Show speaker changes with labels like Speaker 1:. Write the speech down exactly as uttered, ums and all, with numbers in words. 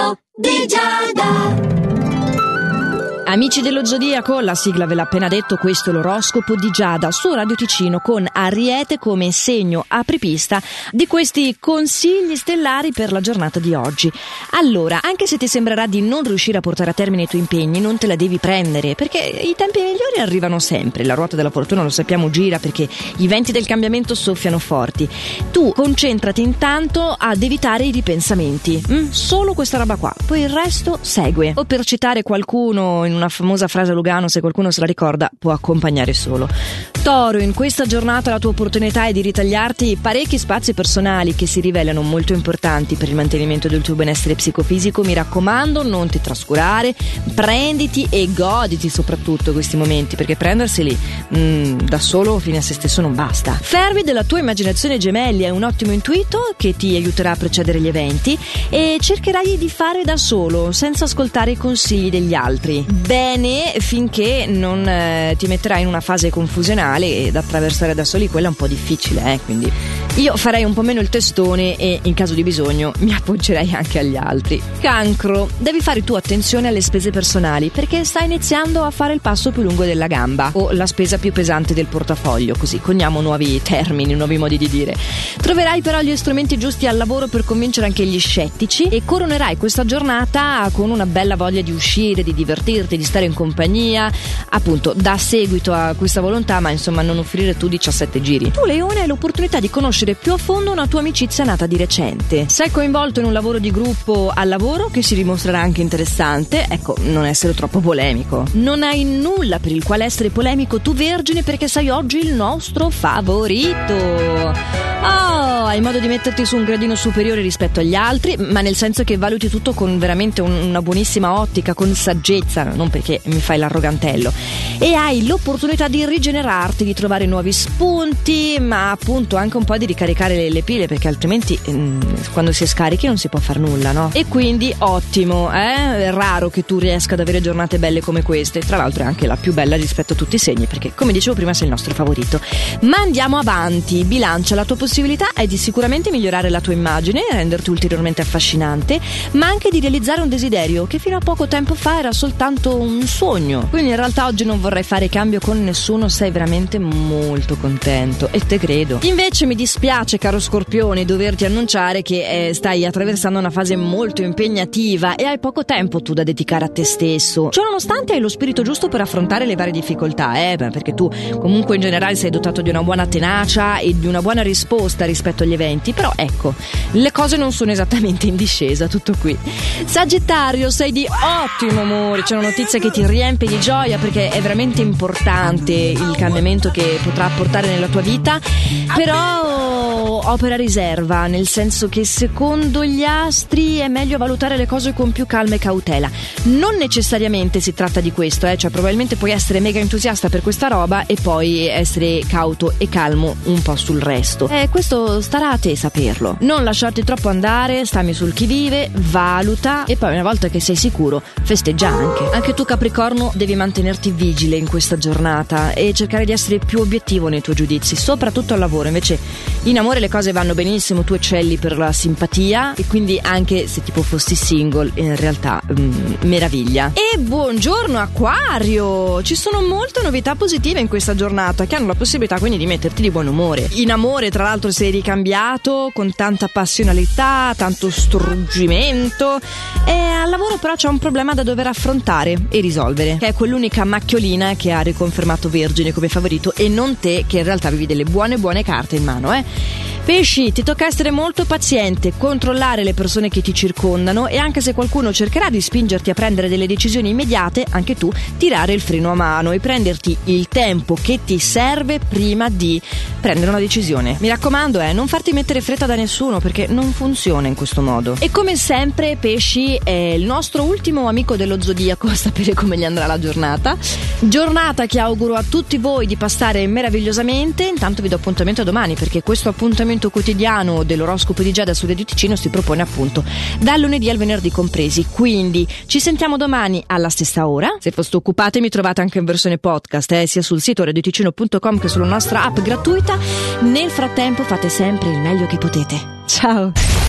Speaker 1: L'oroscopo di Giada.
Speaker 2: Amici dello Zodiaco, la sigla ve l'ha appena detto, questo è l'oroscopo di Giada su Radio Ticino con Ariete come segno apripista di questi consigli stellari per la giornata di oggi. Allora, anche se ti sembrerà di non riuscire a portare a termine i tuoi impegni, non te la devi prendere, perché i tempi migliori arrivano sempre. La ruota della fortuna, lo sappiamo, gira perché i venti del cambiamento soffiano forti. Tu concentrati intanto ad evitare i ripensamenti, mm? solo questa roba qua, poi il resto segue. O per citare qualcuno in una famosa frase a Lugano, se qualcuno se la ricorda, può accompagnare solo. Toro, in questa giornata la tua opportunità è di ritagliarti parecchi spazi personali che si rivelano molto importanti per il mantenimento del tuo benessere psicofisico. Mi raccomando, non ti trascurare, prenditi e goditi soprattutto questi momenti, perché prenderseli mm, da solo fine a se stesso non basta. Fervi della tua immaginazione, Gemelli, è un ottimo intuito che ti aiuterà a precedere gli eventi e cercherai di fare da solo senza ascoltare i consigli degli altri. Bene, finché non eh, ti metterai in una fase confusionale ed attraversare da soli quella è un po' difficile, eh? Quindi io farei un po' meno il testone e in caso di bisogno mi appoggerei anche agli altri. Cancro, devi fare tu attenzione alle spese personali perché stai iniziando a fare il passo più lungo della gamba o la spesa più pesante del portafoglio, così coniamo nuovi termini, nuovi modi di dire. Troverai però gli strumenti giusti al lavoro per convincere anche gli scettici e coronerai questa giornata con una bella voglia di uscire, di divertirti, di stare in compagnia. Appunto, da seguito a questa volontà, ma insomma non offrire tu diciassette giri. Tu, Leone, hai l'opportunità di conoscere più a fondo una tua amicizia nata di recente. Sei coinvolto in un lavoro di gruppo al lavoro che si dimostrerà anche interessante. Ecco, non essere troppo polemico. Non hai nulla per il quale essere polemico tu, Vergine, perché sei oggi il nostro favorito. Oh, hai modo di metterti su un gradino superiore rispetto agli altri, ma nel senso che valuti tutto con veramente un, una buonissima ottica, con saggezza, non perché mi fai l'arrogantello. E hai l'opportunità di rigenerarti, di trovare nuovi spunti, ma appunto anche un po' di ricaricare le, le pile, perché altrimenti ehm, quando si è scarichi non si può far nulla, no? E quindi ottimo, eh? È raro che tu riesca ad avere giornate belle come queste. Tra l'altro è anche la più bella rispetto a tutti i segni, perché come dicevo prima sei il nostro favorito. Ma andiamo avanti. Bilancia, la tua possibilità è di sicuramente migliorare la tua immagine, renderti ulteriormente affascinante, ma anche di realizzare un desiderio che fino a poco tempo fa era soltanto un sogno. Quindi in realtà oggi non vorrei fare cambio con nessuno, sei veramente molto contento e te credo. Invece mi dispiace, caro Scorpione, doverti annunciare che eh, stai attraversando una fase molto impegnativa e hai poco tempo tu da dedicare a te stesso. Ciò nonostante hai lo spirito giusto per affrontare le varie difficoltà, eh, perché tu comunque in generale sei dotato di una buona tenacia e di una buona risposta rispetto agli eventi, però ecco, le cose non sono esattamente in discesa, tutto qui. Sagittario, sei di ottimo umore, c'è una notizia che ti riempie di gioia perché è veramente importante il cambiamento che potrà portare nella tua vita, però opera riserva, nel senso che secondo gli astri è meglio valutare le cose con più calma e cautela. Non necessariamente si tratta di questo, eh? Cioè probabilmente puoi essere mega entusiasta per questa roba e poi essere cauto e calmo un po' sul resto. Eh, questo starà a te saperlo. Non lasciarti troppo andare, stammi sul chi vive, valuta e poi una volta che sei sicuro festeggia anche. Anche tu, Capricorno, devi mantenerti vigile in questa giornata e cercare di essere più obiettivo nei tuoi giudizi, soprattutto al lavoro. Invece in amore le cose vanno benissimo, tu eccelli per la simpatia e quindi anche se tipo fossi single in realtà mm, meraviglia. E buongiorno Acquario, ci sono molte novità positive in questa giornata che hanno la possibilità quindi di metterti di buon umore. In amore tra l'altro sei ricambiato con tanta passionalità, tanto struggimento, e al lavoro però c'è un problema da dover affrontare e risolvere, che è quell'unica macchiolina che ha riconfermato Vergine come favorito e non te, che in realtà avevi delle buone buone carte in mano, eh. Pesci, ti tocca essere molto paziente, controllare le persone che ti circondano e anche se qualcuno cercherà di spingerti a prendere delle decisioni immediate, anche tu tirare il freno a mano e prenderti il tempo che ti serve prima di prendere una decisione. Mi raccomando, eh, non farti mettere fretta da nessuno perché non funziona in questo modo. E come sempre Pesci è il nostro ultimo amico dello zodiaco a sapere come gli andrà la giornata. Giornata che auguro a tutti voi di passare meravigliosamente. Intanto vi do appuntamento a domani perché questo appuntamento quotidiano dell'oroscopo di Giada su Radio Ticino si propone appunto dal lunedì al venerdì compresi, quindi ci sentiamo domani alla stessa ora. Se foste occupati mi trovate anche in versione podcast, eh, sia sul sito radio ticino punto com che sulla nostra app gratuita. Nel frattempo fate sempre il meglio che potete. Ciao.